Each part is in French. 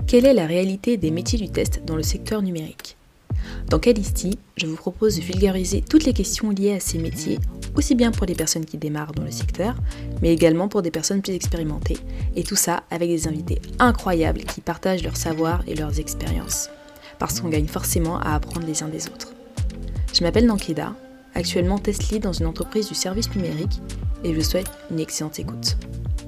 Quelle est la réalité des métiers du test dans le secteur numérique ? Dans Calisti, je vous propose de vulgariser toutes les questions liées à ces métiers, aussi bien pour les personnes qui démarrent dans le secteur, mais également pour des personnes plus expérimentées, et tout ça avec des invités incroyables qui partagent leur savoir et leurs expériences, parce qu'on gagne forcément à apprendre les uns des autres. Je m'appelle Nankeda, actuellement test lead dans une entreprise du service numérique, et je vous souhaite une excellente écoute.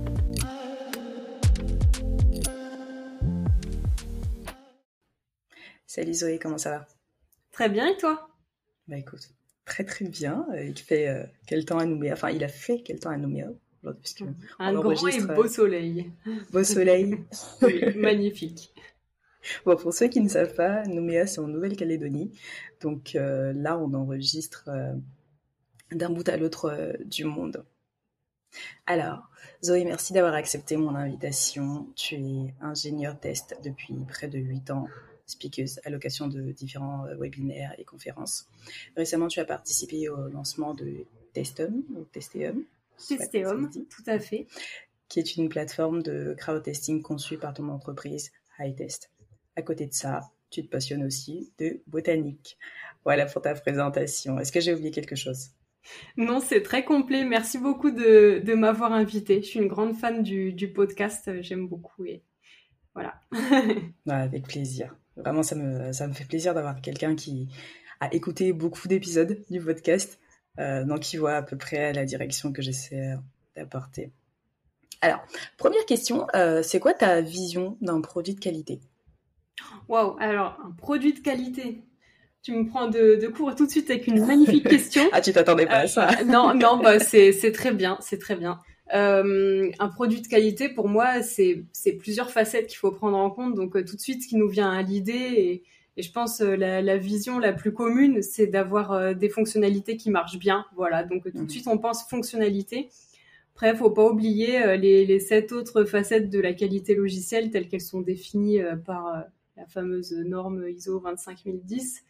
Salut Zoé, comment ça va ? Très bien, et toi ? Bah écoute, très très bien. Il fait quel temps à Nouméa ? Enfin, il a fait quel temps à Nouméa aujourd'hui, puisque un on grand enregistre, et beau soleil. Beau soleil. Oui, magnifique. Bon, pour ceux qui ne savent pas, Nouméa c'est en Nouvelle-Calédonie. Donc là, on enregistre d'un bout à l'autre du monde. Alors, Zoé, merci d'avoir accepté mon invitation. Tu es ingénieure test depuis près de 8 ans, speakeuse à l'occasion de différents webinaires et conférences. Récemment, tu as participé au lancement de Testum, ou Testeum. Testeum, tout à fait. Qui est une plateforme de crowd-testing conçue par ton entreprise HiTest. À côté de ça, tu te passionnes aussi de botanique. Voilà pour ta présentation. Est-ce que j'ai oublié quelque chose ? Non, c'est très complet. Merci beaucoup de m'avoir invitée. Je suis une grande fan du podcast. J'aime beaucoup et voilà. Avec plaisir. Vraiment, ça me fait plaisir d'avoir quelqu'un qui a écouté beaucoup d'épisodes du podcast, donc qui voit à peu près la direction que j'essaie d'apporter. Alors, première question, c'est quoi ta vision d'un produit de qualité ? Waouh, alors, un produit de qualité. Tu me prends de court tout de suite avec une magnifique question. Ah, tu t'attendais pas à ça ? Non, bah c'est très bien, c'est très bien. Un produit de qualité, pour moi, c'est plusieurs facettes qu'il faut prendre en compte. Donc tout de suite, ce qui nous vient à l'idée, et je pense la vision la plus commune, c'est d'avoir des fonctionnalités qui marchent bien. Voilà, donc tout de suite, on pense fonctionnalité. Après, faut pas oublier les 7 autres facettes de la qualité logicielle telles qu'elles sont définies par la fameuse norme ISO 25010.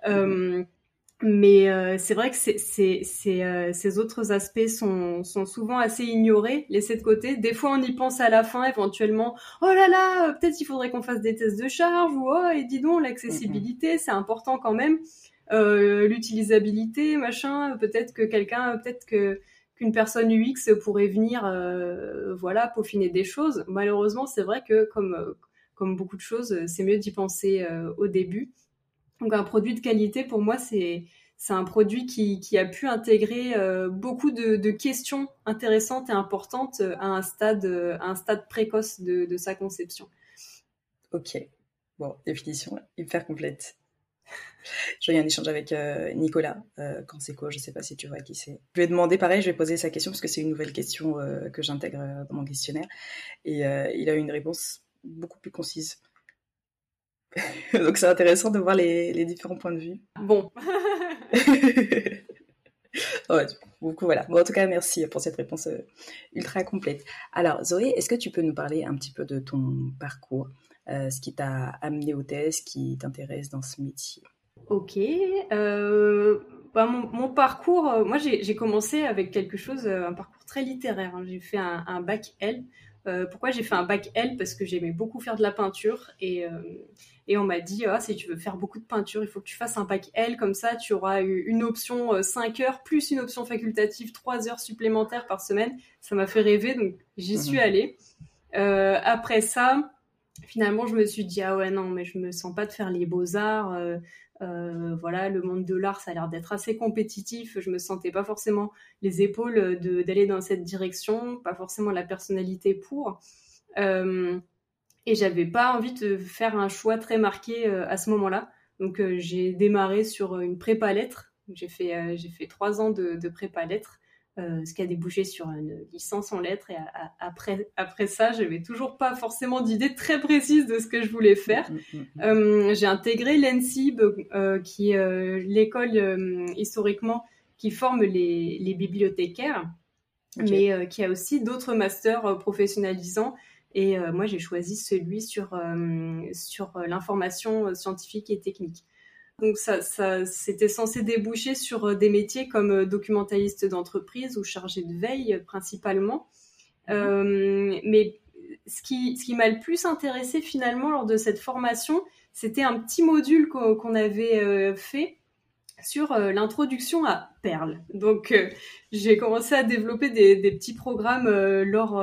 Mais c'est vrai que ces autres aspects sont souvent assez ignorés, laissés de côté. Des fois, on y pense à la fin, éventuellement. Oh là là, peut-être qu'il faudrait qu'on fasse des tests de charge, ou oh, et dis donc, l'accessibilité, c'est important quand même. L'utilisabilité, machin, peut-être qu'une personne UX pourrait venir, peaufiner des choses. Malheureusement, c'est vrai que comme beaucoup de choses, c'est mieux d'y penser au début. Donc un produit de qualité, pour moi, c'est un produit qui a pu intégrer beaucoup de questions intéressantes et importantes à un stade précoce de sa conception. Ok, bon, définition hyper complète. J'ai eu un échange avec Nicolas, Canseco, je ne sais pas si tu vois qui c'est. Je lui ai demandé, pareil, je vais poser sa question parce que c'est une nouvelle question que j'intègre dans mon questionnaire. Et il a eu une réponse beaucoup plus concise. Donc c'est intéressant de voir les différents points de vue. Bon. Ouais, beaucoup, voilà. Bon, en tout cas, merci pour cette réponse ultra complète. Alors, Zoé, est-ce que tu peux nous parler un petit peu de ton parcours, ce qui t'a amené au test, qui t'intéresse dans ce métier ? Ok. Mon parcours, moi j'ai commencé avec quelque chose, un parcours très littéraire. Hein. J'ai fait un bac L. Pourquoi j'ai fait un bac L ? Parce que j'aimais beaucoup faire de la peinture et on m'a dit si tu veux faire beaucoup de peinture, il faut que tu fasses un bac L, comme ça tu auras une option 5 heures plus une option facultative 3 heures supplémentaires par semaine. Ça m'a fait rêver, donc j'y suis allée. Après ça, finalement je me suis dit ah ouais non mais je me sens pas de faire les beaux-arts. Voilà, le monde de l'art, ça a l'air d'être assez compétitif. Je me sentais pas forcément les épaules d'aller dans cette direction, pas forcément la personnalité pour. Et j'avais pas envie de faire un choix très marqué à ce moment-là. Donc j'ai démarré sur une prépa lettres. J'ai fait 3 ans de prépa lettres, ce qui a débouché sur une licence en lettres. Et après ça, j'avais toujours pas forcément d'idée très précise de ce que je voulais faire. J'ai intégré l'ENSIB, qui est l'école historiquement qui forme les bibliothécaires, mais qui a aussi d'autres masters professionnalisants. Et moi, j'ai choisi celui sur l'information scientifique et technique. Donc ça c'était censé déboucher sur des métiers comme documentaliste d'entreprise ou chargé de veille principalement. Mais ce qui m'a le plus intéressé finalement lors de cette formation, c'était un petit module qu'on avait fait sur l'introduction à Perl. Donc, j'ai commencé à développer des petits programmes lors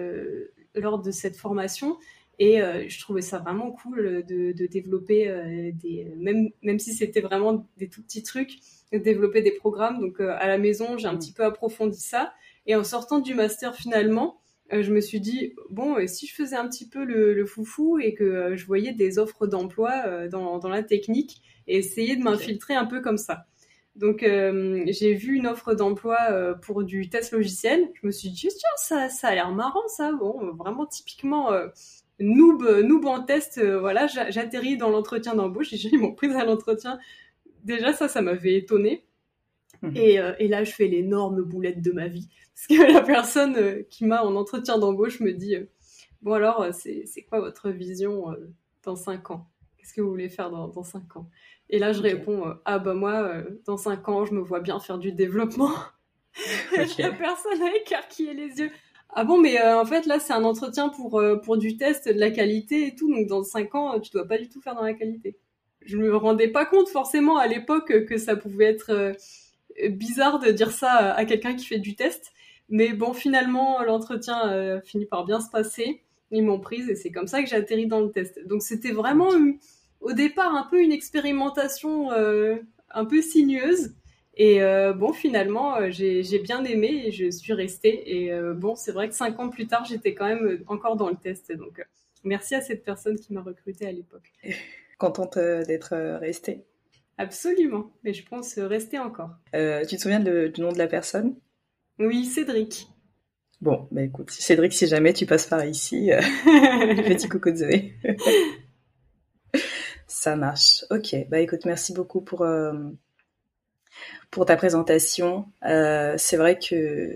de cette formation. Et je trouvais ça vraiment cool de développer même si c'était vraiment des tout petits trucs, de développer des programmes. Donc à la maison, j'ai un petit peu approfondi ça. Et en sortant du master finalement, je me suis dit, bon, si je faisais un petit peu le foufou et que je voyais des offres d'emploi dans la technique et essayer de m'infiltrer un peu comme ça. Donc j'ai vu une offre d'emploi pour du test logiciel. Je me suis dit, tiens, ça a l'air marrant ça. Bon, vraiment typiquement noob en test. Voilà, j'atterris dans l'entretien d'embauche. Ils m'ont prise à l'entretien. Déjà ça m'avait étonnée. Et là, je fais l'énorme boulette de ma vie. Parce que la personne qui m'a en entretien d'embauche me dit bon alors, c'est quoi votre vision dans 5 ans? Qu'est-ce que vous voulez faire dans 5 ans? Et là, je réponds moi, dans 5 ans, je me vois bien faire du développement. La personne a écarquillé les yeux. Ah bon, mais en fait, là, c'est un entretien pour du test, de la qualité et tout. Donc, dans 5 ans, tu dois pas du tout faire dans la qualité. Je me rendais pas compte forcément à l'époque que ça pouvait être bizarre de dire ça à quelqu'un qui fait du test. Mais bon, finalement, l'entretien finit par bien se passer. Ils m'ont prise et c'est comme ça que j'ai atterri dans le test. Donc, c'était vraiment, au départ, un peu une expérimentation un peu sinueuse. Et bon, finalement, j'ai bien aimé et je suis restée. Et bon, c'est vrai que 5 ans plus tard, j'étais quand même encore dans le test. Donc, merci à cette personne qui m'a recrutée à l'époque. Contente d'être restée. Absolument, mais je pense rester encore. Tu te souviens du nom de la personne? Oui, Cédric. Bon, bah écoute, Cédric, si jamais tu passes par ici, petit coucou de Zoé. Ça marche. Ok, bah écoute, merci beaucoup pour ta présentation. C'est vrai que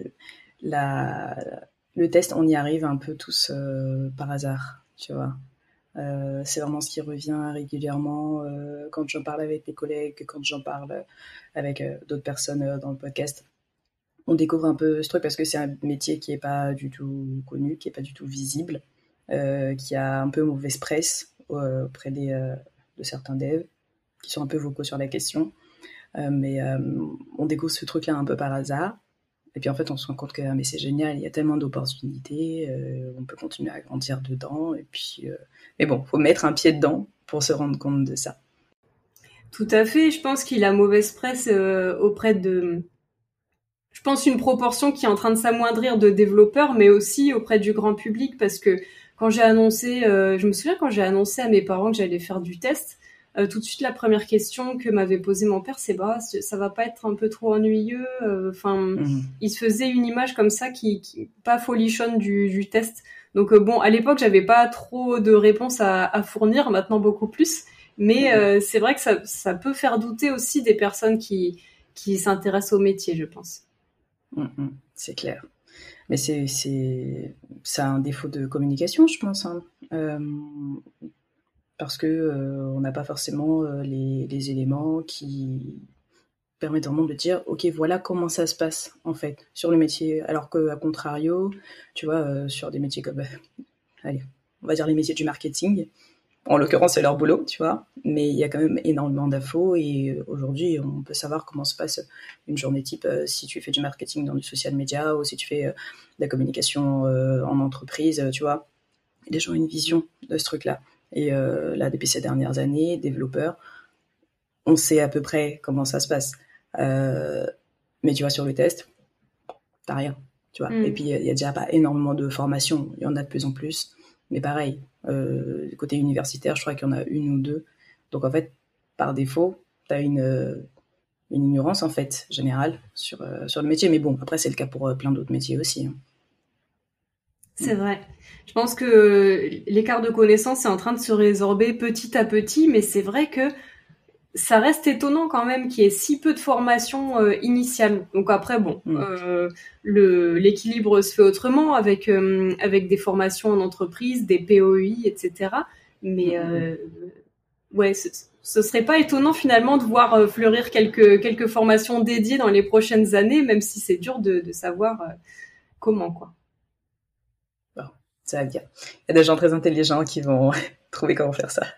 le test, on y arrive un peu tous par hasard, tu vois. C'est vraiment ce qui revient régulièrement quand j'en parle avec les collègues, quand j'en parle avec d'autres personnes dans le podcast. On découvre un peu ce truc parce que c'est un métier qui est pas du tout connu, qui est pas du tout visible, qui a un peu mauvaise presse auprès de certains devs qui sont un peu vocaux sur la question. Mais on découvre ce truc-là un peu par hasard. Et puis en fait, on se rend compte que mais c'est génial, il y a tellement d'opportunités, on peut continuer à grandir dedans. Et puis, mais bon, faut mettre un pied dedans pour se rendre compte de ça. Tout à fait. Je pense qu'il a mauvaise presse auprès de... Je pense une proportion qui est en train de s'amoindrir de développeurs, mais aussi auprès du grand public, parce que quand j'ai annoncé, je me souviens quand j'ai annoncé à mes parents que j'allais faire du test, tout de suite la première question que m'avait posée mon père, c'est ça va pas être un peu trop ennuyeux? Il se faisait une image comme ça qui pas folichonne du test. Donc bon, à l'époque j'avais pas trop de réponses à fournir, maintenant beaucoup plus. Mais c'est vrai que ça peut faire douter aussi des personnes qui s'intéressent au métier, je pense. C'est clair. Mais c'est un défaut de communication, je pense. Hein. Parce que on n'a pas forcément les éléments qui permettent vraiment de dire ok, voilà comment ça se passe en fait sur le métier, alors qu'à contrario, tu vois, sur des métiers comme allez, on va dire les métiers du marketing, en l'occurrence c'est leur boulot, tu vois, mais il y a quand même énormément d'infos et aujourd'hui on peut savoir comment se passe une journée type si tu fais du marketing dans du social media ou si tu fais de la communication en entreprise, tu vois. Les gens ont une vision de ce truc-là. Et là, depuis ces dernières années, développeurs, on sait à peu près comment ça se passe. Mais tu vois, sur le test, t'as rien. Tu vois. Et puis, il y a déjà pas énormément de formations. Il y en a de plus en plus. Mais pareil, du côté universitaire, je crois qu'il y en a une ou deux. Donc, en fait, par défaut, t'as une ignorance, en fait, générale sur le métier. Mais bon, après, c'est le cas pour plein d'autres métiers aussi. Hein. C'est vrai. Je pense que l'écart de connaissances est en train de se résorber petit à petit, mais c'est vrai que ça reste étonnant quand même qu'il y ait si peu de formation initiale. Donc après, bon, l'équilibre se fait autrement avec des formations en entreprise, des POI, etc. Mais ouais, ce serait pas étonnant finalement de voir fleurir quelques formations dédiées dans les prochaines années, même si c'est dur de savoir comment, quoi. Ça va bien. Il y a des gens très intelligents qui vont trouver comment faire ça.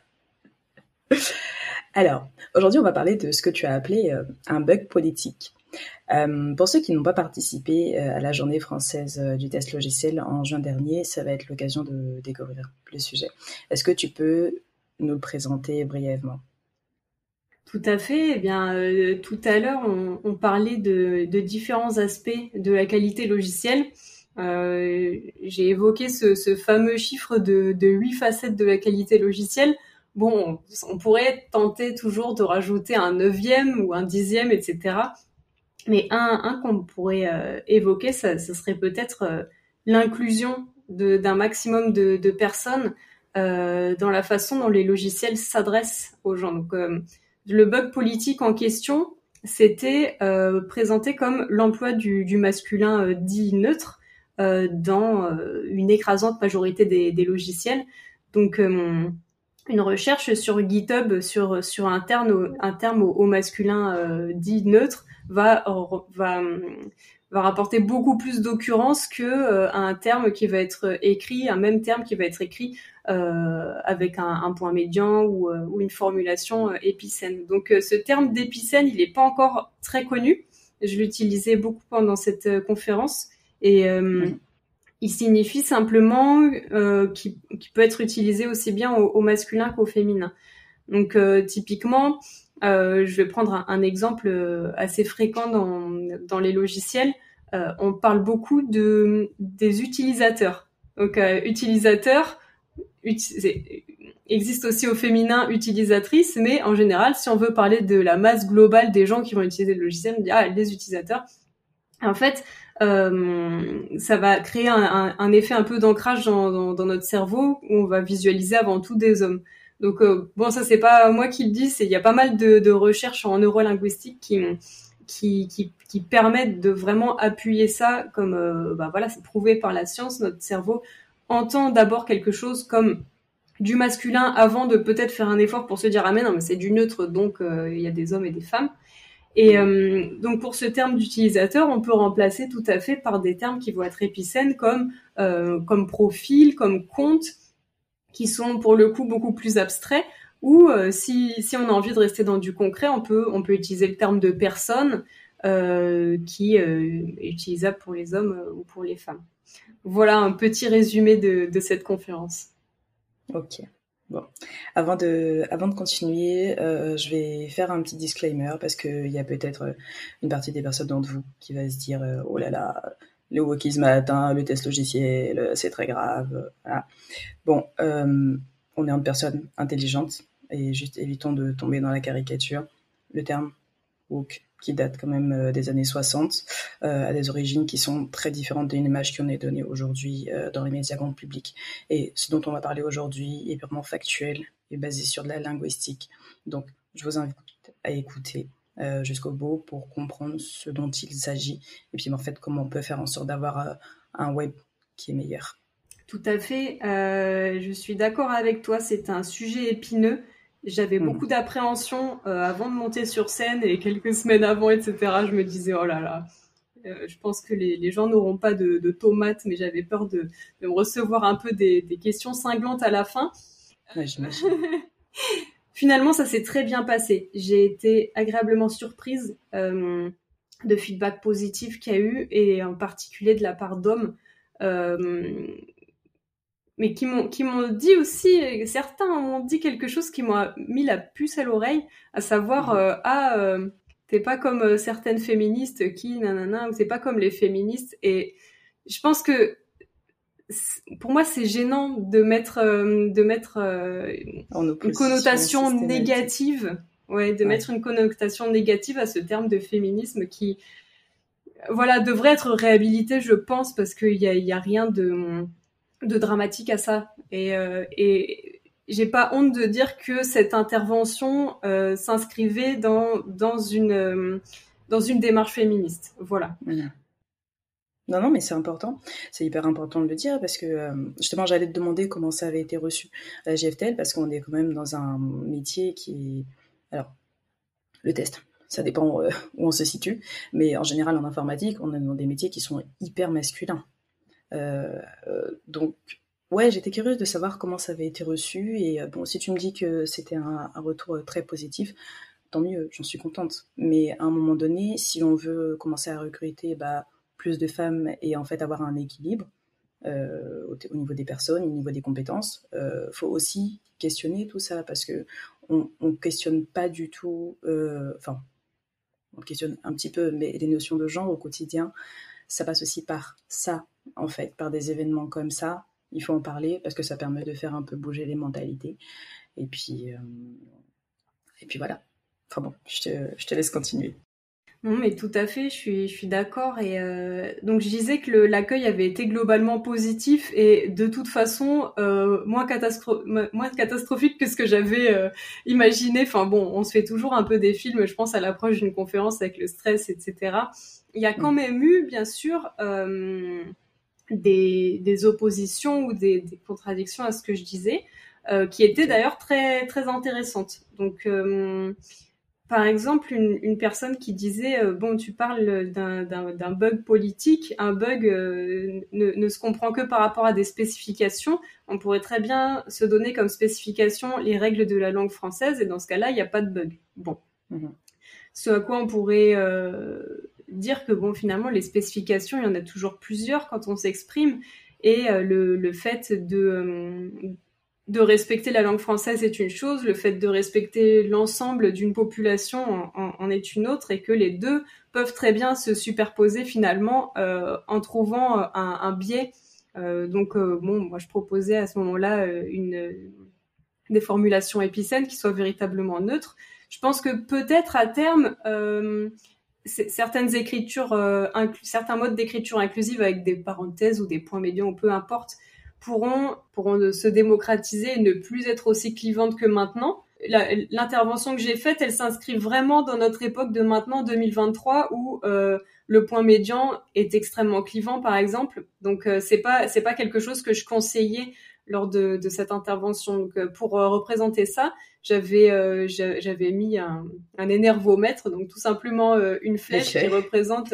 Alors, aujourd'hui, on va parler de ce que tu as appelé un bug politique. Pour ceux qui n'ont pas participé à la journée française du test logiciel en juin dernier, ça va être l'occasion de découvrir le sujet. Est-ce que tu peux nous le présenter brièvement? Tout à fait. Eh bien, tout à l'heure, on parlait de différents aspects de la qualité logicielle. J'ai évoqué ce fameux chiffre de 8 facettes de la qualité logicielle. Bon, on pourrait tenter toujours de rajouter un 9e ou un 10e, etc. Mais un qu'on pourrait évoquer, ça serait peut-être l'inclusion d'un maximum de personnes dans la façon dont les logiciels s'adressent aux gens. Donc, le bug politique en question, c'était présenté comme l'emploi du masculin dit neutre dans une écrasante majorité des logiciels. Donc, une recherche sur GitHub sur un terme au masculin dit neutre va rapporter beaucoup plus d'occurrences que un terme qui va être écrit, un même terme qui va être écrit avec un point médian ou une formulation épicène. Donc ce terme d'épicène, il n'est pas encore très connu. Je l'utilisais beaucoup pendant cette conférence et il signifie simplement qu'il peut être utilisé aussi bien au masculin qu'au féminin. Donc typiquement, je vais prendre un exemple assez fréquent dans les logiciels. On parle beaucoup des utilisateurs. Donc utilisateurs existe aussi au féminin utilisatrice, mais en général, si on veut parler de la masse globale des gens qui vont utiliser le logiciel, on dit les utilisateurs. En fait, ça va créer un effet un peu d'ancrage dans notre cerveau où on va visualiser avant tout des hommes. Donc bon, ça c'est pas moi qui le dis, il y a pas mal de recherches en neurolinguistique qui permettent de vraiment appuyer ça comme voilà, c'est prouvé par la science. Notre cerveau entend d'abord quelque chose comme du masculin avant de peut-être faire un effort pour se dire mais non, mais c'est du neutre, donc il y a des hommes et des femmes. Et donc pour ce terme d'utilisateur, on peut remplacer tout à fait par des termes qui vont être épicènes comme profil, comme compte, qui sont pour le coup beaucoup plus abstraits. Ou si on a envie de rester dans du concret, on peut utiliser le terme de personne qui est utilisable pour les hommes ou pour les femmes. Voilà un petit résumé de cette conférence. Ok. Bon, avant de continuer, je vais faire un petit disclaimer parce qu'il y a peut-être une partie des personnes d'entre vous qui va se dire oh là là, le wokisme a atteint le test logiciel, c'est très grave. Voilà. Bon, on est une personne intelligente et juste évitons de tomber dans la caricature. Le terme woke, qui date quand même des années 60, a des origines qui sont très différentes d'une image qui en est donnée aujourd'hui dans les médias grand public. Et ce dont on va parler aujourd'hui est purement factuel et basé sur de la linguistique. Donc, je vous invite à écouter jusqu'au bout pour comprendre ce dont il s'agit et puis en fait comment on peut faire en sorte d'avoir un web qui est meilleur. Tout à fait, je suis d'accord avec toi, c'est un sujet épineux. J'avais beaucoup d'appréhension avant de monter sur scène et quelques semaines avant, etc. Je me disais, oh là là, je pense que les gens n'auront pas de tomates, mais j'avais peur de me recevoir un peu des questions cinglantes à la fin. Ouais, j'imagine. Finalement, ça s'est très bien passé. J'ai été agréablement surprise de feedback positif qu'il y a eu, et en particulier de la part d'hommes. Mais qui m'ont dit aussi, certains m'ont dit quelque chose qui m'a mis la puce à l'oreille, à savoir t'es pas comme certaines féministes qui nanana, ou t'es pas comme les féministes. Et je pense que pour moi c'est gênant de mettre une connotation négative, mettre une connotation négative à ce terme de féminisme qui devrait être réhabilité, je pense, parce qu'il y a rien de dramatique à ça, et j'ai pas honte de dire que cette intervention s'inscrivait dans une démarche féministe. Voilà. Non, mais c'est important. C'est hyper important de le dire parce que justement, j'allais te demander comment ça avait été reçu à la GFTL parce qu'on est quand même dans un métier qui... Alors, le test, ça dépend où on se situe, mais en général, en informatique, on est dans des métiers qui sont hyper masculins. Donc, Ouais, j'étais curieuse de savoir comment ça avait été reçu et bon, si tu me dis que c'était un retour très positif, tant mieux, j'en suis contente. Mais à un moment donné, si on veut commencer à recruter plus de femmes et en fait avoir un équilibre au niveau des personnes, au niveau des compétences, faut aussi questionner tout ça parce que on questionne pas du tout, enfin, on questionne un petit peu, mais les notions de genre au quotidien, ça passe aussi par ça, en fait, par des événements comme ça. Il faut en parler parce que ça permet de faire un peu bouger les mentalités. Et puis, euh, et puis voilà. Enfin bon, je te laisse continuer. Non, mais tout à fait, je suis d'accord. Et donc je disais que l'accueil avait été globalement positif et de toute façon moins catastrophique que ce que j'avais imaginé. Enfin bon, on se fait toujours un peu des films, je pense à l'approche d'une conférence avec le stress, etc. Il y a quand même eu, bien sûr, des oppositions ou des contradictions à ce que je disais, qui étaient d'ailleurs très, très intéressantes. Donc par exemple, une personne qui disait bon, tu parles d'un bug politique, un bug ne se comprend que par rapport à des spécifications. On pourrait très bien se donner comme spécification les règles de la langue française, et dans ce cas-là, il n'y a pas de bug. Bon. Ce à quoi on pourrait dire que bon, finalement, les spécifications, il y en a toujours plusieurs quand on s'exprime, et le fait de respecter la langue française est une chose, le fait de respecter l'ensemble d'une population en est une autre, et que les deux peuvent très bien se superposer finalement en trouvant un biais. Donc bon, moi je proposais à ce moment-là des formulations épicènes qui soient véritablement neutres. Je pense que peut-être à terme, certaines écritures, certains modes d'écriture inclusive avec des parenthèses ou des points médians ou peu importe, pourront se démocratiser et ne plus être aussi clivantes que maintenant. L'intervention que j'ai faite, elle s'inscrit vraiment dans notre époque de maintenant, 2023, où le point médian est extrêmement clivant, par exemple. Donc c'est pas quelque chose que je conseillais lors de cette intervention. Donc pour représenter ça, j'avais mis un énervomètre, donc tout simplement une flèche qui représente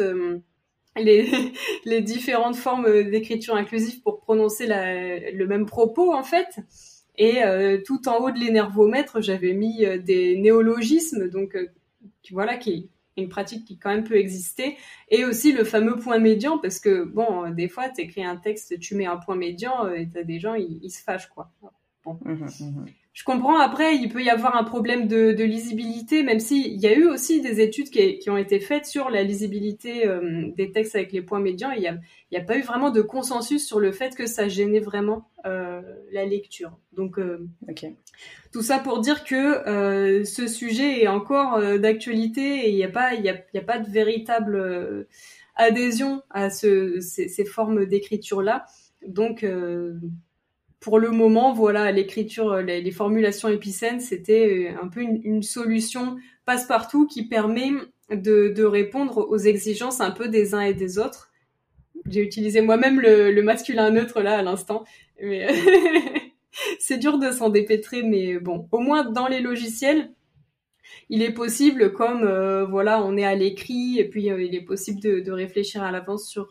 les différentes formes d'écriture inclusive pour prononcer le même propos, en fait. Et tout en haut de l'énervomètre, j'avais mis des néologismes, donc voilà, qui est une pratique qui quand même peut exister, et aussi le fameux point médian, parce que bon, des fois, t'écris un texte, tu mets un point médian, et t'as des gens, ils se fâchent, quoi. Bon. Je comprends, après, il peut y avoir un problème de lisibilité, même s'il y a eu aussi des études qui ont été faites sur la lisibilité des textes avec les points médians, et il n'y a pas eu vraiment de consensus sur le fait que ça gênait vraiment la lecture. Donc, tout ça pour dire que ce sujet est encore d'actualité, et il n'y a pas de véritable adhésion à ces formes d'écriture-là. Donc, pour le moment, voilà, l'écriture, les formulations épicènes, c'était un peu une solution passe-partout qui permet de répondre aux exigences un peu des uns et des autres. J'ai utilisé moi-même le masculin neutre là à l'instant, mais c'est dur de s'en dépêtrer, mais bon, au moins dans les logiciels, il est possible, comme voilà, on est à l'écrit, et puis il est possible de réfléchir à l'avance sur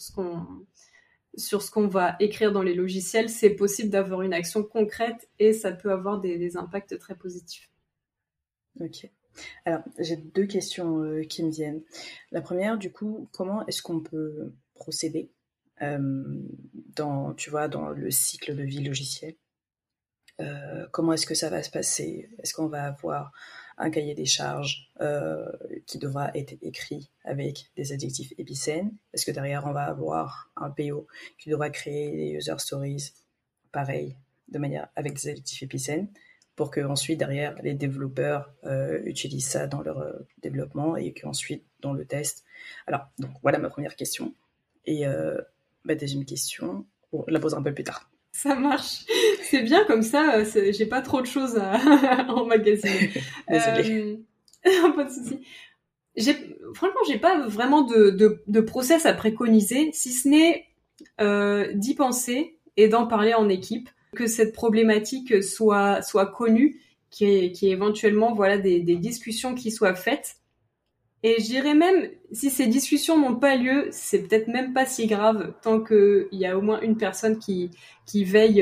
ce qu'on va écrire dans les logiciels, c'est possible d'avoir une action concrète et ça peut avoir des impacts très positifs. Ok. Alors, j'ai deux questions qui me viennent. La première, du coup, comment est-ce qu'on peut procéder dans le cycle de vie logiciel? Comment est-ce que ça va se passer? Est-ce qu'on va avoir un cahier des charges qui devra être écrit avec des adjectifs épicènes? Est-ce que derrière, on va avoir un PO qui devra créer des user stories, pareil, de manière avec des adjectifs épicènes, pour que ensuite derrière, les développeurs utilisent ça dans leur développement et qu'ensuite, dans le test. Alors, donc voilà ma première question. Et deuxième question, je la poserai un peu plus tard. Ça marche. C'est bien comme ça, j'ai pas trop de choses à emmagasiner. Désolée. Pas de souci. Franchement, j'ai pas vraiment de process à préconiser, si ce n'est d'y penser et d'en parler en équipe, que cette problématique soit connue, qu'il y ait éventuellement voilà des discussions qui soient faites. Et je dirais même, si ces discussions n'ont pas lieu, c'est peut-être même pas si grave, tant qu'il y a au moins une personne qui veille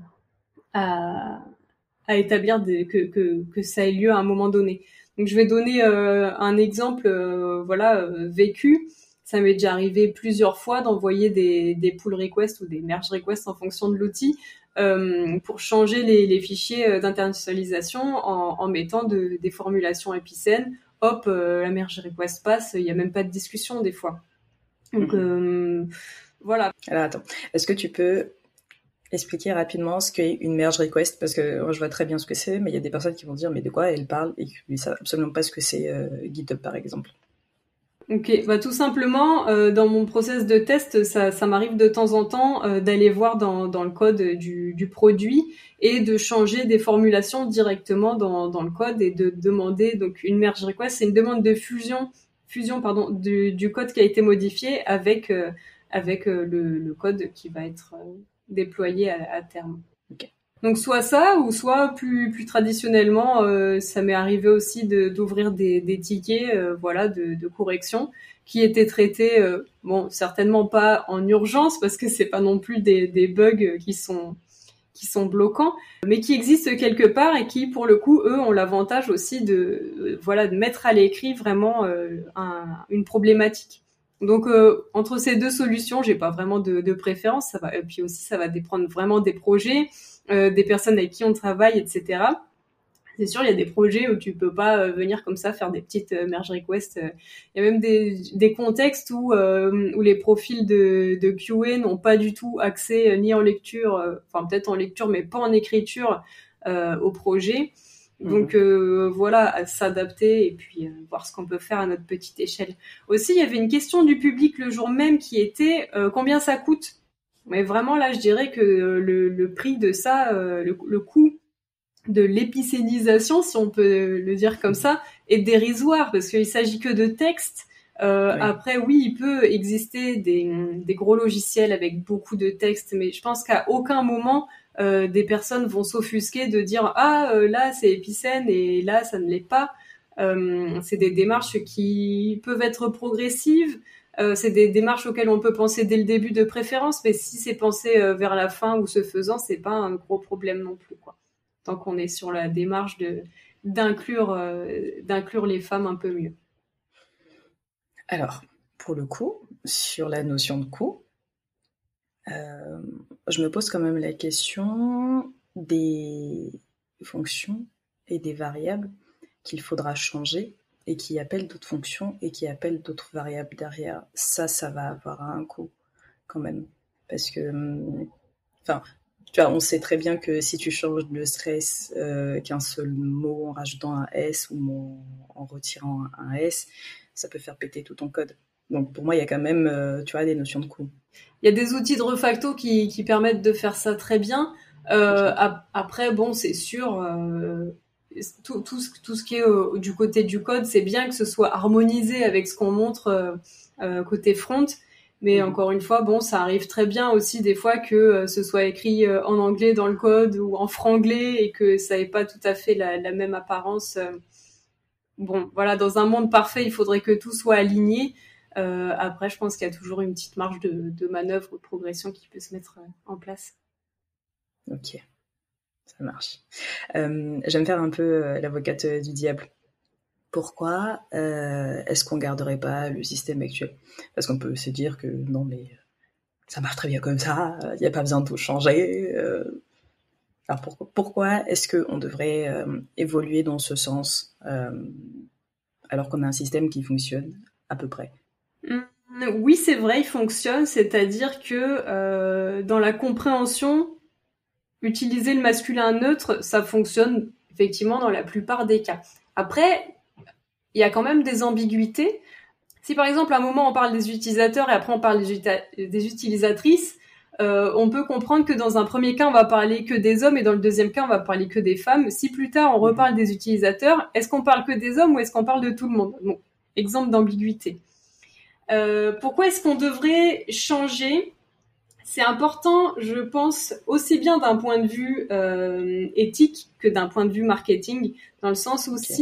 à, à établir que ça ait lieu à un moment donné. Donc je vais donner un exemple vécu. Ça m'est déjà arrivé plusieurs fois d'envoyer des pull requests ou des merge requests en fonction de l'outil pour changer les fichiers d'internationalisation en mettant des formulations épicènes. Hop, la merge request passe, il n'y a même pas de discussion des fois. Donc voilà. Alors attends, est-ce que tu peux expliquer rapidement ce qu'est une merge request, parce que moi je vois très bien ce que c'est, mais il y a des personnes qui vont dire mais de quoi elle parle et qui ne savent absolument pas ce que c'est GitHub par exemple. Ok, bah tout simplement, dans mon process de test, ça m'arrive de temps en temps d'aller voir dans le code du produit et de changer des formulations directement dans le code et de demander, donc une merge request, c'est une demande de fusion pardon, du code qui a été modifié avec le code qui va être déployé à terme. Okay. Donc soit ça, ou soit plus traditionnellement, ça m'est arrivé aussi d'ouvrir des tickets, de correction qui étaient traités, certainement pas en urgence parce que c'est pas non plus des bugs qui sont bloquants, mais qui existent quelque part et qui, pour le coup, eux, ont l'avantage aussi de mettre à l'écrit vraiment une problématique. Donc entre ces deux solutions, j'ai pas vraiment de préférence. Ça va, et puis aussi ça va dépendre vraiment des projets, des personnes avec qui on travaille, etc. C'est sûr, il y a des projets où tu peux pas venir comme ça faire des petites merge requests. Il y a même des contextes où les profils de QA n'ont pas du tout accès ni en lecture, enfin peut-être en lecture, mais pas en écriture au projet. Donc à s'adapter et puis voir ce qu'on peut faire à notre petite échelle. Aussi, il y avait une question du public le jour même qui était combien ça coûte. Mais vraiment là, je dirais que le prix de ça, le coût de l'épicénisation, si on peut le dire comme ça, est dérisoire parce qu'il s'agit que de texte. Oui. Après, oui, il peut exister des gros logiciels avec beaucoup de texte, mais je pense qu'à aucun moment des personnes vont s'offusquer de dire là c'est épicène et là ça ne l'est pas. C'est des démarches qui peuvent être progressives. C'est des démarches auxquelles on peut penser dès le début de préférence, mais si c'est pensé vers la fin ou ce faisant, c'est pas un gros problème non plus, quoi. Tant qu'on est sur la démarche d'inclure les femmes un peu mieux. Alors, pour le coup, sur la notion de coût, je me pose quand même la question des fonctions et des variables qu'il faudra changer et qui appellent d'autres fonctions et qui appellent d'autres variables derrière. Ça va avoir un coût quand même. Parce que, tu vois, on sait très bien que si tu changes le stress qu'un seul mot en rajoutant un S ou en retirant un S, ça peut faire péter tout ton code. Donc pour moi, il y a quand même, des notions de coût. Il y a des outils de refacto qui permettent de faire ça très bien. Après, bon, c'est sûr, tout ce qui est du côté du code, c'est bien que ce soit harmonisé avec ce qu'on montre côté front. Mais encore une fois, bon, ça arrive très bien aussi des fois que ce soit écrit en anglais dans le code ou en franglais et que ça ait pas tout à fait la même apparence. Bon, voilà, dans un monde parfait, il faudrait que tout soit aligné. Après, je pense qu'il y a toujours une petite marge de manœuvre ou de progression qui peut se mettre en place. Ok, ça marche. J'aime faire un peu l'avocate du diable. Pourquoi est-ce qu'on garderait pas le système actuel ? Parce qu'on peut se dire que non, mais ça marche très bien comme ça, il n'y a pas besoin de tout changer. Alors pourquoi est-ce qu'on devrait évoluer dans ce sens alors qu'on a un système qui fonctionne à peu près ? Oui, c'est vrai, il fonctionne, c'est-à-dire que dans la compréhension, utiliser le masculin neutre, ça fonctionne effectivement dans la plupart des cas. Après, il y a quand même des ambiguïtés. Si par exemple à un moment on parle des utilisateurs et après on parle des utilisatrices, on peut comprendre que dans un premier cas on va parler que des hommes et dans le deuxième cas on va parler que des femmes. Si plus tard on reparle des utilisateurs, est-ce qu'on parle que des hommes ou est-ce qu'on parle de tout le monde ? Bon, exemple d'ambiguïté. Pourquoi est-ce qu'on devrait changer ? C'est important, je pense, aussi bien d'un point de vue éthique que d'un point de vue marketing, dans le sens où si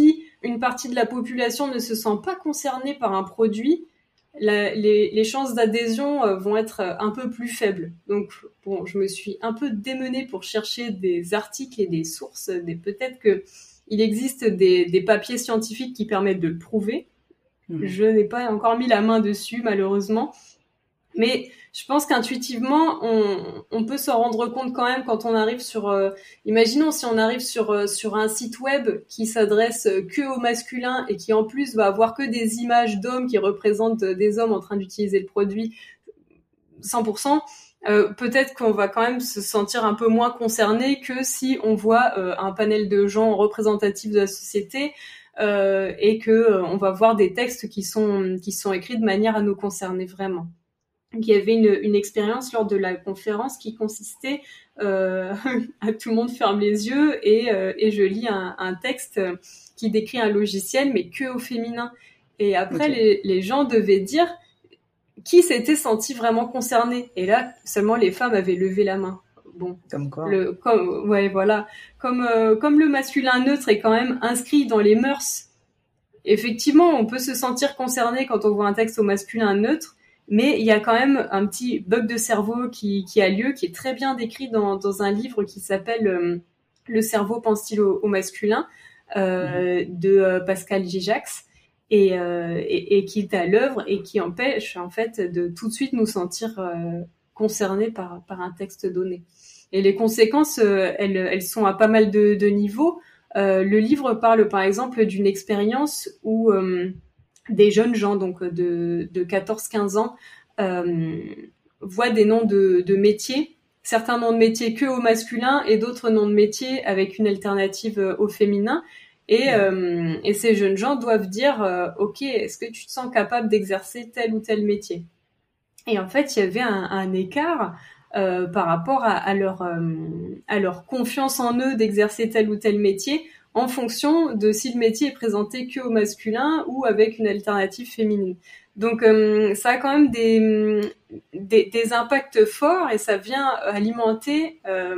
une partie de la population ne se sent pas concernée par un produit, les chances d'adhésion vont être un peu plus faibles. Donc, bon, je me suis un peu démenée pour chercher des articles et des sources. Peut-être qu'il existe des papiers scientifiques qui permettent de le prouver. Je n'ai pas encore mis la main dessus, malheureusement. Mais je pense qu'intuitivement, on peut s'en rendre compte quand même quand on arrive imaginons si on arrive sur un site web qui s'adresse que au masculin et qui en plus va avoir que des images d'hommes qui représentent des hommes en train d'utiliser le produit 100%, peut-être qu'on va quand même se sentir un peu moins concerné que si on voit un panel de gens représentatifs de la société et que on va voir des textes qui sont écrits de manière à nous concerner vraiment. Donc, il y avait une expérience lors de la conférence qui consistait à tout le monde ferme les yeux et je lis un texte qui décrit un logiciel mais que au féminin. Et après, les gens devaient dire qui s'était senti vraiment concerné. Et là, seulement les femmes avaient levé la main. Bon, comme quoi. Voilà. Comme le masculin neutre est quand même inscrit dans les mœurs, effectivement, on peut se sentir concerné quand on voit un texte au masculin neutre. Mais il y a quand même un petit bug de cerveau qui a lieu, qui est très bien décrit dans un livre qui s'appelle Le cerveau pense-t-il au masculin de Pascal Gijax et qui est à l'œuvre et qui empêche en fait de tout de suite nous sentir concernés par un texte donné. Et les conséquences, elles sont à pas mal de niveaux. Le livre parle par exemple d'une expérience où des jeunes gens donc de 14-15 ans voient des noms de métiers, certains noms de métiers que au masculin et d'autres noms de métiers avec une alternative au féminin. Et ces jeunes gens doivent dire ok, est-ce que tu te sens capable d'exercer tel ou tel métier? Et en fait, il y avait un écart par rapport à leur confiance en eux d'exercer tel ou tel métier en fonction de si le métier est présenté que au masculin ou avec une alternative féminine. Donc ça a quand même des impacts forts et ça vient alimenter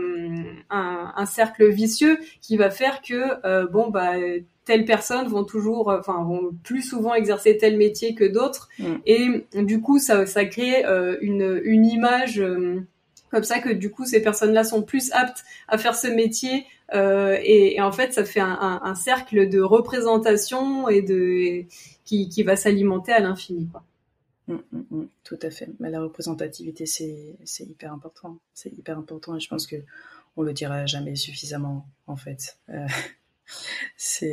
un cercle vicieux qui va faire que telles personnes vont plus souvent exercer tel métier que d'autres et du coup ça crée une image comme ça que du coup ces personnes-là sont plus aptes à faire ce métier et en fait ça fait un cercle de représentation et qui va s'alimenter à l'infini, quoi. Tout à fait. Mais la représentativité c'est hyper important. C'est hyper important et je pense que on le dira jamais suffisamment en fait. Ça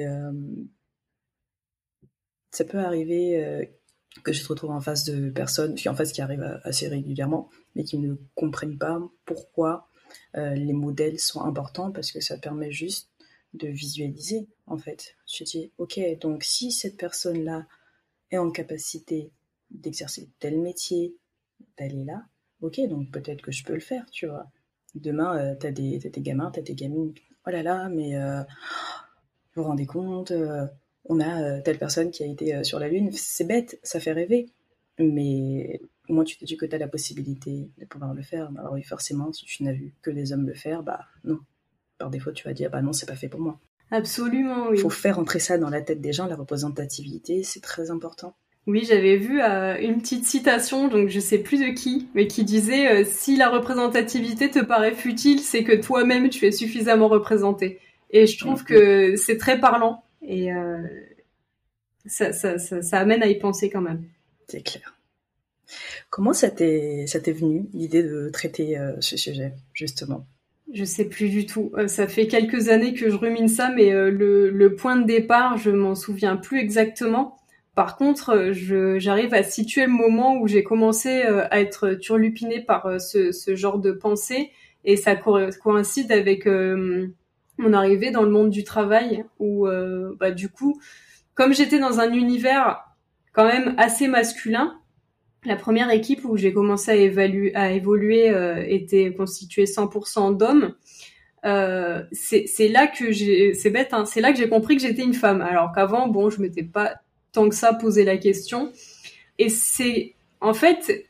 peut arriver que je te retrouve en face de personnes, en face qui arrivent assez régulièrement, mais qui ne comprennent pas pourquoi les modèles sont importants, parce que ça permet juste de visualiser, en fait. Je dis, ok, donc si cette personne-là est en capacité d'exercer tel métier, d'aller là, ok, donc peut-être que je peux le faire, tu vois. Demain, t'as des gamins, t'as des gamines, oh là là, mais vous vous rendez compte, on a telle personne qui a été sur la Lune, c'est bête, ça fait rêver, mais au moins tu te dis que tu as la possibilité de pouvoir le faire. Alors oui, forcément, si tu n'as vu que des hommes le faire, bah non, par défaut tu vas dire bah non, c'est pas fait pour moi. Absolument, oui. Il faut faire entrer ça dans la tête des gens, la représentativité, c'est très important. Oui, j'avais vu une petite citation, donc je sais plus de qui, mais qui disait si la représentativité te paraît futile, c'est que toi-même tu es suffisamment représenté. Et je trouve que c'est très parlant et ça amène à y penser quand même. C'est clair. Comment ça t'est venu l'idée de traiter ce sujet, justement? Je sais plus du tout. Ça fait quelques années que je rumine ça, mais le point de départ, je m'en souviens plus exactement. Par contre, j'arrive à situer le moment où j'ai commencé à être turlupinée par ce genre de pensée, et ça coïncide avec mon arrivée dans le monde du travail, où du coup, comme j'étais dans un univers quand même assez masculin, la première équipe où j'ai commencé à évoluer était constituée 100% d'hommes. C'est là que c'est bête, hein, c'est là que j'ai compris que j'étais une femme. Alors qu'avant, je m'étais pas tant que ça posé la question. Et c'est, en fait,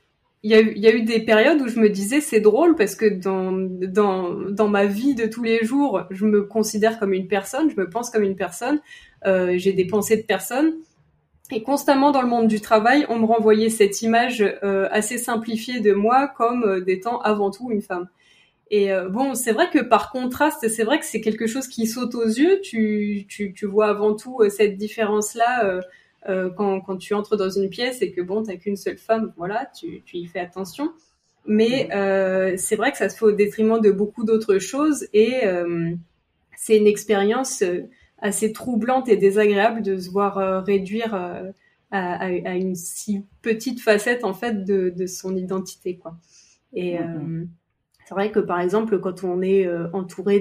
il y a eu des périodes où je me disais c'est drôle parce que dans ma vie de tous les jours, je me considère comme une personne, je me pense comme une personne, j'ai des pensées de personne. Et constamment dans le monde du travail, on me renvoyait cette image assez simplifiée de moi comme d'étant avant tout une femme. Et bon, c'est vrai que par contraste, c'est vrai que c'est quelque chose qui saute aux yeux. Tu vois avant tout cette différence-là quand tu entres dans une pièce et que bon, t'as qu'une seule femme, voilà, tu y fais attention. Mais c'est vrai que ça se fait au détriment de beaucoup d'autres choses et c'est une expérience assez troublante et désagréable de se voir réduire à une si petite facette en fait de son identité, quoi. Et c'est vrai que par exemple, quand on est entouré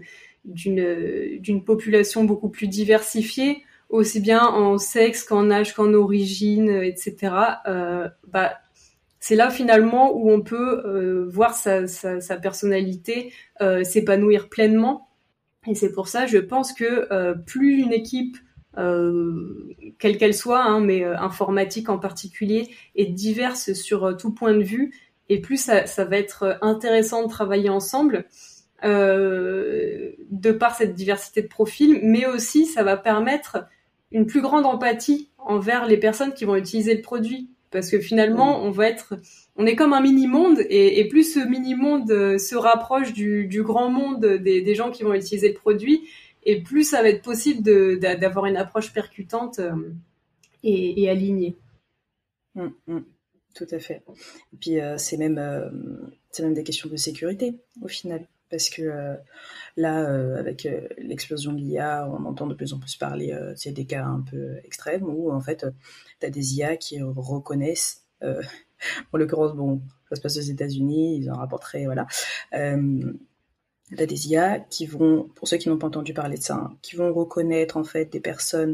d'une population beaucoup plus diversifiée, aussi bien en sexe qu'en âge qu'en origine, etc. Bah c'est là finalement où on peut voir sa personnalité s'épanouir pleinement. Et c'est pour ça, je pense que plus une équipe, quelle qu'elle soit, hein, mais informatique en particulier, est diverse sur tout point de vue, et plus ça va être intéressant de travailler ensemble, de par cette diversité de profils, mais aussi ça va permettre une plus grande empathie envers les personnes qui vont utiliser le produit. Parce que finalement, on est comme un mini-monde, et plus ce mini-monde se rapproche du grand monde des gens qui vont utiliser le produit, et plus ça va être possible d'avoir une approche percutante et alignée. Tout à fait. Et puis c'est même des questions de sécurité au final, parce que là, avec l'explosion de l'IA, on entend de plus en plus parler, c'est des cas un peu extrêmes où en fait, tu as des IA qui reconnaissent, en l'occurrence, bon, ça se passe aux États-Unis, ils en rapporteraient, voilà. T'as des IA qui vont, pour ceux qui n'ont pas entendu parler de ça, hein, qui vont reconnaître en fait des personnes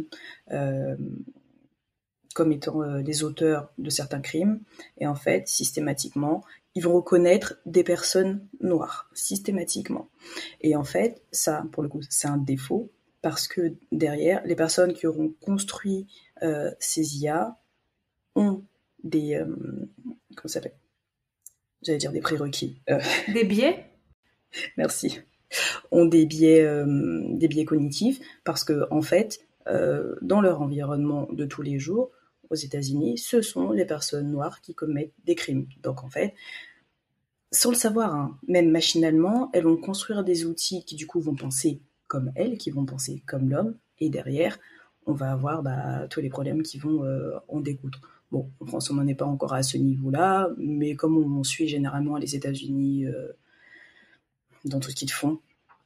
comme étant les auteurs de certains crimes, et en fait, systématiquement, ils vont reconnaître des personnes noires, systématiquement. Et en fait, ça, pour le coup, c'est un défaut, parce que derrière, les personnes qui auront construit ces IA ont des... comment ça s'appelle ? J'allais dire des prérequis. Des biais ? Merci. Ont des biais cognitifs, parce que en fait, dans leur environnement de tous les jours, aux États-Unis, ce sont les personnes noires qui commettent des crimes. Donc en fait, sans le savoir, hein, même machinalement, elles vont construire des outils qui du coup vont penser comme elles, qui vont penser comme l'homme, et derrière, on va avoir tous les problèmes qui vont en découdre. Bon, en France, on n'en est pas encore à ce niveau-là, mais comme on suit généralement les États-Unis dans tout ce qu'ils font,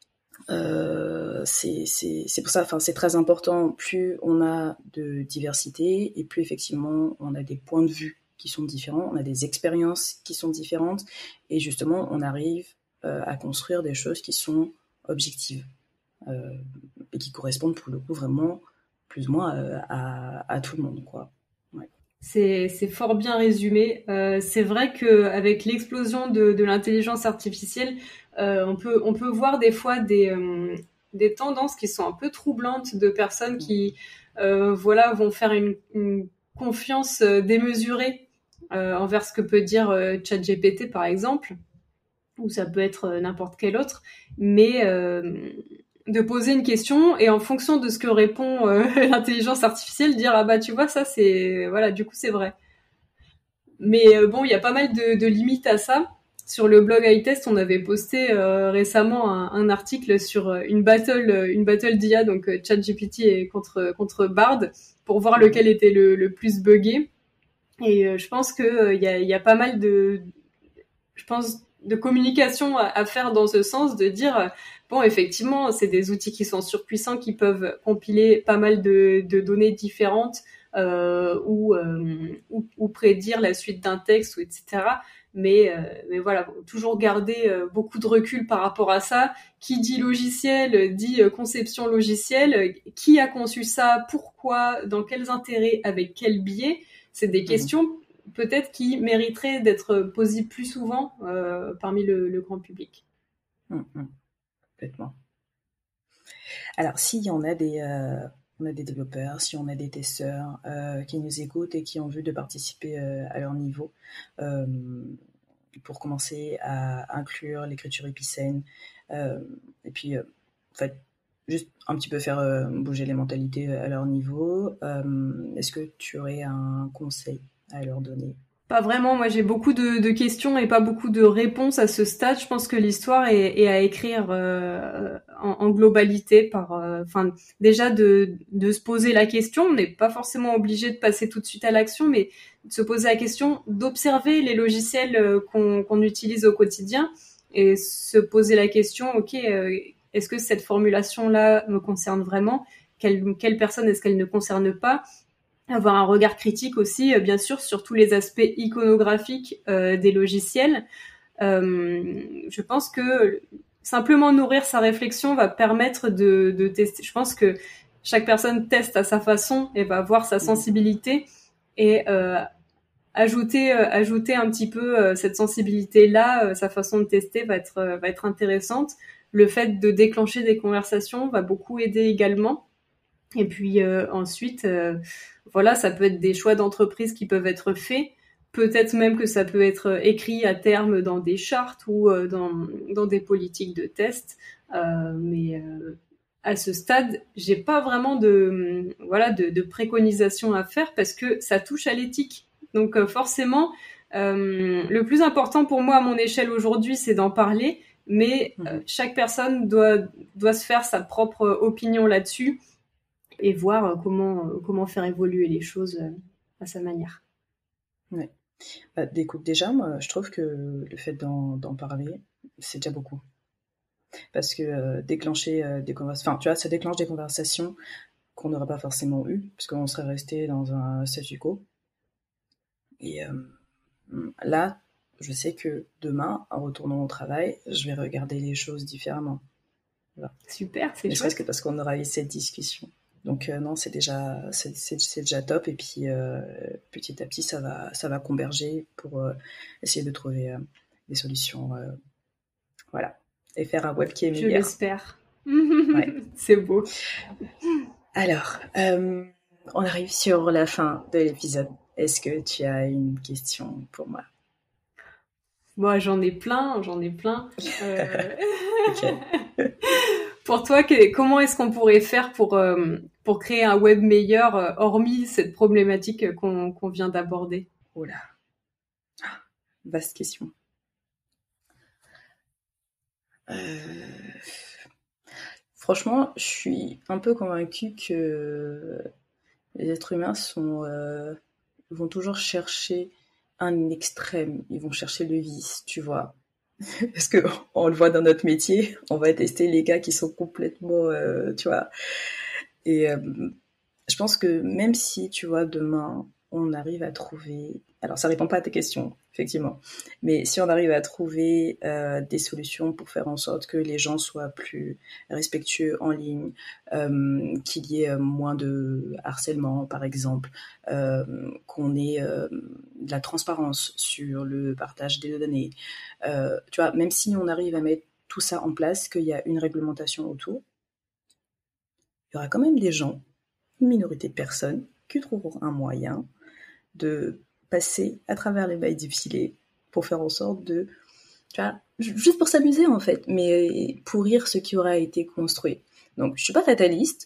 c'est pour ça, enfin, c'est très important. Plus on a de diversité et plus effectivement on a des points de vue qui sont différents, on a des expériences qui sont différentes, et justement on arrive à construire des choses qui sont objectives et qui correspondent pour le coup vraiment plus ou moins à tout le monde, quoi. Ouais. C'est fort bien résumé. C'est vrai que avec l'explosion de l'intelligence artificielle, on peut voir des fois des tendances qui sont un peu troublantes de personnes qui voilà vont faire une confiance démesurée envers ce que peut dire ChatGPT par exemple, ou ça peut être n'importe quel autre, mais de poser une question et en fonction de ce que répond l'intelligence artificielle, dire ah bah tu vois ça c'est voilà du coup c'est vrai. Mais bon, il y a pas mal de limites à ça. Sur le blog iTest, on avait posté récemment un article sur une battle d'IA, donc ChatGPT et contre Bard, pour voir lequel était le plus buggé. Et je pense que il y a pas mal de communication à faire dans ce sens, de dire bon effectivement c'est des outils qui sont surpuissants, qui peuvent compiler pas mal de données différentes ou prédire la suite d'un texte, ou etc. Mais voilà, toujours garder beaucoup de recul par rapport à ça. Qui dit logiciel dit conception logicielle. Qui a conçu ça? Pourquoi? Dans quels intérêts? Avec quel biais? C'est des questions peut-être qui mériteraient d'être posées plus souvent parmi le grand public. Complètement. Alors, s'il y en a on a des développeurs, si on a des testeurs qui nous écoutent et qui ont envie de participer à leur niveau, pour commencer à inclure l'écriture épicène, et puis en fait, juste un petit peu faire bouger les mentalités à leur niveau. Est-ce que tu aurais un conseil à leur donner? Pas vraiment, moi j'ai beaucoup de questions et pas beaucoup de réponses à ce stade. Je pense que l'histoire est à écrire en globalité enfin déjà de se poser la question. On n'est pas forcément obligé de passer tout de suite à l'action, mais de se poser la question, d'observer les logiciels qu'on utilise au quotidien et se poser la question, ok, est-ce que cette formulation-là me concerne vraiment? Quelle personne est-ce qu'elle ne concerne pas? Avoir un regard critique aussi, bien sûr, sur tous les aspects iconographiques des logiciels. Je pense que simplement nourrir sa réflexion va permettre de tester. Je pense que chaque personne teste à sa façon et va voir sa sensibilité et ajouter un petit peu cette sensibilité-là, sa façon de tester va être intéressante. Le fait de déclencher des conversations va beaucoup aider également. Et puis ensuite, voilà, ça peut être des choix d'entreprise qui peuvent être faits. Peut-être même que ça peut être écrit à terme dans des chartes ou dans des politiques de test. Mais à ce stade, j'ai pas vraiment de préconisation à faire parce que ça touche à l'éthique. Donc forcément, le plus important pour moi à mon échelle aujourd'hui, c'est d'en parler. Mais chaque personne doit se faire sa propre opinion là-dessus et voir comment faire évoluer les choses à sa manière. Ouais. Écoute, déjà, moi, je trouve que le fait d'en parler, c'est déjà beaucoup. Parce que déclencher des conversations... Enfin, tu vois, ça déclenche des conversations qu'on n'aurait pas forcément eues, parce qu'on serait resté dans un statu quo. Et là, je sais que demain, en retournant au travail, je vais regarder les choses différemment. Voilà. Super, c'est chouette. Ne serait-ce que parce qu'on aura eu cette discussion. Donc non, c'est déjà top. Et puis petit à petit, ça va converger pour essayer de trouver des solutions. Voilà. Et faire un web qui est meilleur. Je l'espère. Ouais. C'est beau. Alors, on arrive sur la fin de l'épisode. Est-ce que tu as une question pour moi? Moi, j'en ai plein. Okay. Pour toi, comment est-ce qu'on pourrait faire pour créer un web meilleur, hormis cette problématique qu'on vient d'aborder? Oh là, vaste question. Franchement, je suis un peu convaincue que les êtres humains vont toujours chercher un extrême. Ils vont chercher le vice, tu vois. Parce que on le voit dans notre métier, on va tester les cas qui sont complètement, tu vois. Et je pense que même si, tu vois, demain, on arrive à trouver... Alors, ça répond pas à tes questions, effectivement. Mais si on arrive à trouver des solutions pour faire en sorte que les gens soient plus respectueux en ligne, qu'il y ait moins de harcèlement, par exemple, qu'on ait de la transparence sur le partage des données, tu vois, même si on arrive à mettre tout ça en place, qu'il y a une réglementation autour, il y aura quand même des gens, une minorité de personnes, qui trouveront un moyen de passer à travers les mailles du filet pour faire en sorte de, tu vois, juste pour s'amuser en fait, mais pourrir ce qui aura été construit. Donc je suis pas fataliste,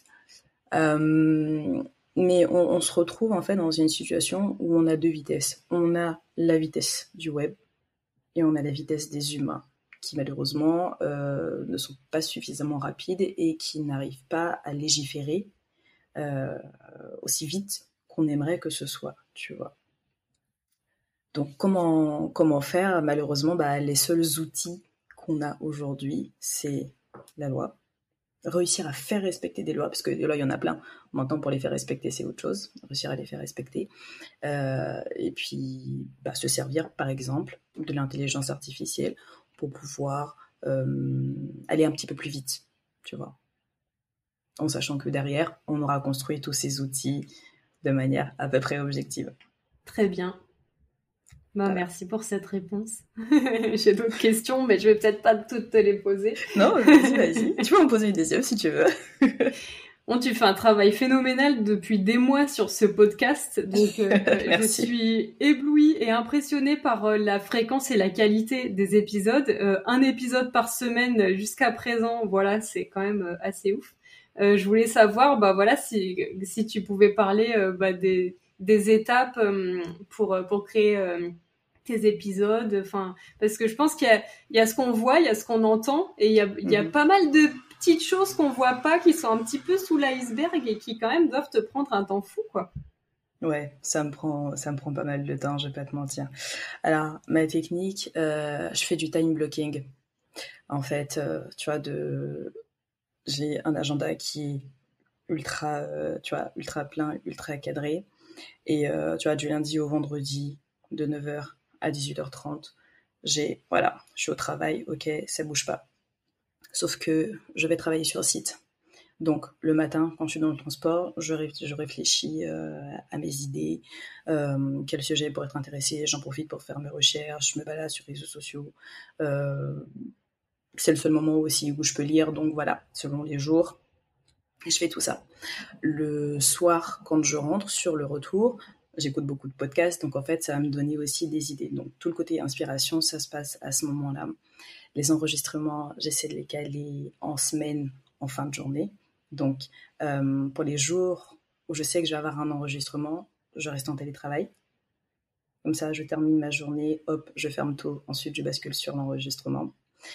mais on se retrouve en fait dans une situation où on a deux vitesses. On a la vitesse du web et on a la vitesse des humains qui malheureusement ne sont pas suffisamment rapides et qui n'arrivent pas à légiférer aussi vite qu'on aimerait que ce soit, tu vois. Donc comment faire? Malheureusement, les seuls outils qu'on a aujourd'hui, c'est la loi. Réussir à faire respecter des lois, parce que des lois, il y en a plein. Maintenant, pour les faire respecter, c'est autre chose. Réussir à les faire respecter. Et puis, se servir, par exemple, de l'intelligence artificielle pour pouvoir aller un petit peu plus vite, tu vois. En sachant que derrière, on aura construit tous ces outils de manière à peu près objective. Très bien. Voilà. Merci pour cette réponse. J'ai d'autres questions, mais je vais peut-être pas toutes te les poser. Non, vas-y. Tu peux en poser une deuxième si tu veux. Bon, tu fais un travail phénoménal depuis des mois sur ce podcast, donc je suis éblouie et impressionnée par la fréquence et la qualité des épisodes. Un épisode par semaine jusqu'à présent, voilà, c'est quand même assez ouf. Je voulais savoir, si tu pouvais parler des étapes pour créer tes épisodes, parce que je pense qu'il y a ce qu'on voit, il y a ce qu'on entend, et il y a pas mal de petites choses qu'on voit pas, qui sont un petit peu sous l'iceberg et qui quand même doivent te prendre un temps fou, quoi. Ouais, ça me prend pas mal de temps, je vais pas te mentir. Alors, ma technique, je fais du time blocking. En fait, tu vois, j'ai un agenda qui est ultra plein, ultra cadré. Et tu vois, du lundi au vendredi, de 9h à 18h30, je suis au travail, ok, ça bouge pas. Sauf que je vais travailler sur site. Donc, le matin, quand je suis dans le transport, je réfléchis à mes idées, quel sujet pourrait être intéressé, j'en profite pour faire mes recherches, je me balade sur les réseaux sociaux. C'est le seul moment aussi où je peux lire, donc voilà, selon les jours. Et je fais tout ça. Le soir, quand je rentre, sur le retour, j'écoute beaucoup de podcasts, donc en fait, ça va me donner aussi des idées. Donc, tout le côté inspiration, ça se passe à ce moment-là. Les enregistrements, j'essaie de les caler en semaine, en fin de journée. Donc, pour les jours où je sais que je vais avoir un enregistrement, je reste en télétravail. Comme ça, je termine ma journée, hop, je ferme tout. Ensuite, je bascule sur l'enregistrement.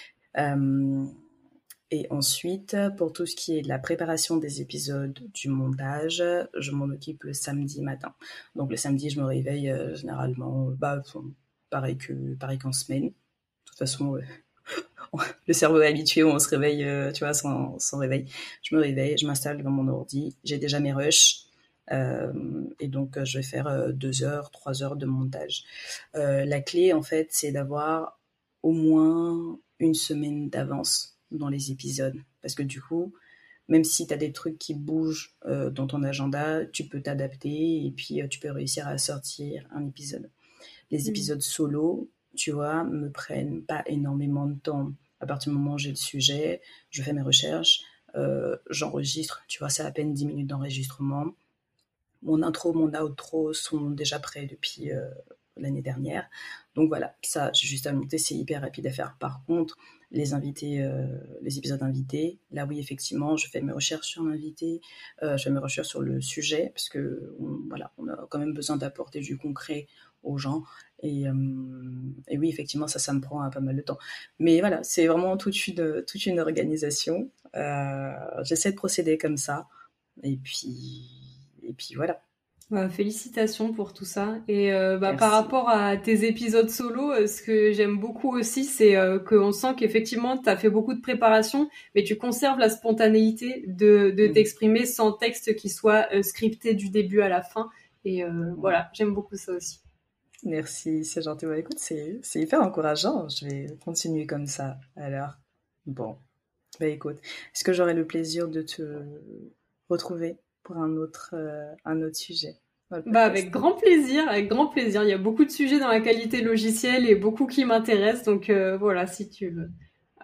Et ensuite, pour tout ce qui est de la préparation des épisodes, du montage, je m'en occupe le samedi matin. Donc, le samedi, je me réveille généralement, pareil qu'en semaine. De toute façon... le cerveau est habitué où on se réveille, sans réveil. Je me réveille, je m'installe devant mon ordi, j'ai déjà mes rushs, et donc je vais faire 2 heures, 3 heures de montage. La clé, en fait, c'est d'avoir au moins une semaine d'avance dans les épisodes, parce que du coup, même si tu as des trucs qui bougent dans ton agenda, tu peux t'adapter et puis tu peux réussir à sortir un épisode. Les épisodes solo, tu vois, me prennent pas énormément de temps. À partir du moment où j'ai le sujet, je fais mes recherches, j'enregistre, tu vois, c'est à peine 10 minutes d'enregistrement. Mon intro, mon outro sont déjà prêts depuis l'année dernière. Donc voilà, ça, j'ai juste à monter, c'est hyper rapide à faire. Par contre, les épisodes invités, là oui, effectivement, je fais mes recherches sur l'invité, je fais mes recherches sur le sujet, parce que on a quand même besoin d'apporter du concret aux gens. Et oui, effectivement, ça me prend pas mal de temps. Mais voilà, c'est vraiment toute une organisation. J'essaie de procéder comme ça. Et puis voilà. Félicitations pour tout ça. Et par rapport à tes épisodes solo, ce que j'aime beaucoup aussi, c'est qu'on sent qu'effectivement, tu as fait beaucoup de préparation, mais tu conserves la spontanéité de t'exprimer sans texte qui soit scripté du début à la fin. Et voilà, j'aime beaucoup ça aussi. Merci, c'est gentil. Ouais, écoute, c'est hyper encourageant. Je vais continuer comme ça. Alors, bon, écoute, est-ce que j'aurai le plaisir de te retrouver pour un autre sujet? Avec grand plaisir, avec grand plaisir. Il y a beaucoup de sujets dans la qualité logicielle et beaucoup qui m'intéressent. Donc voilà, si tu veux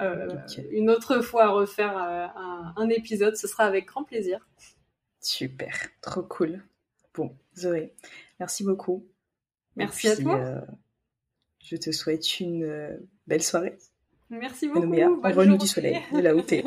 une autre fois refaire un épisode, ce sera avec grand plaisir. Super, trop cool. Bon, Zoé, merci beaucoup. Merci à toi. Je te souhaite une belle soirée. Merci beaucoup. Envoie-nous du soleil, de là où t'es.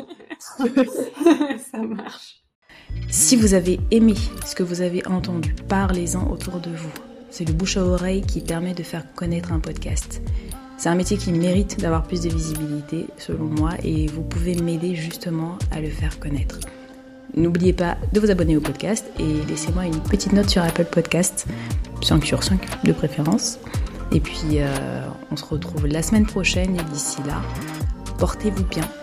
Ça marche. Si vous avez aimé ce que vous avez entendu, parlez-en autour de vous. C'est le bouche à oreille qui permet de faire connaître un podcast. C'est un métier qui mérite d'avoir plus de visibilité, selon moi, et vous pouvez m'aider justement à le faire connaître. N'oubliez pas de vous abonner au podcast et laissez-moi une petite note sur Apple Podcast, 5 sur 5 de préférence. Et puis, on se retrouve la semaine prochaine et d'ici là, portez-vous bien.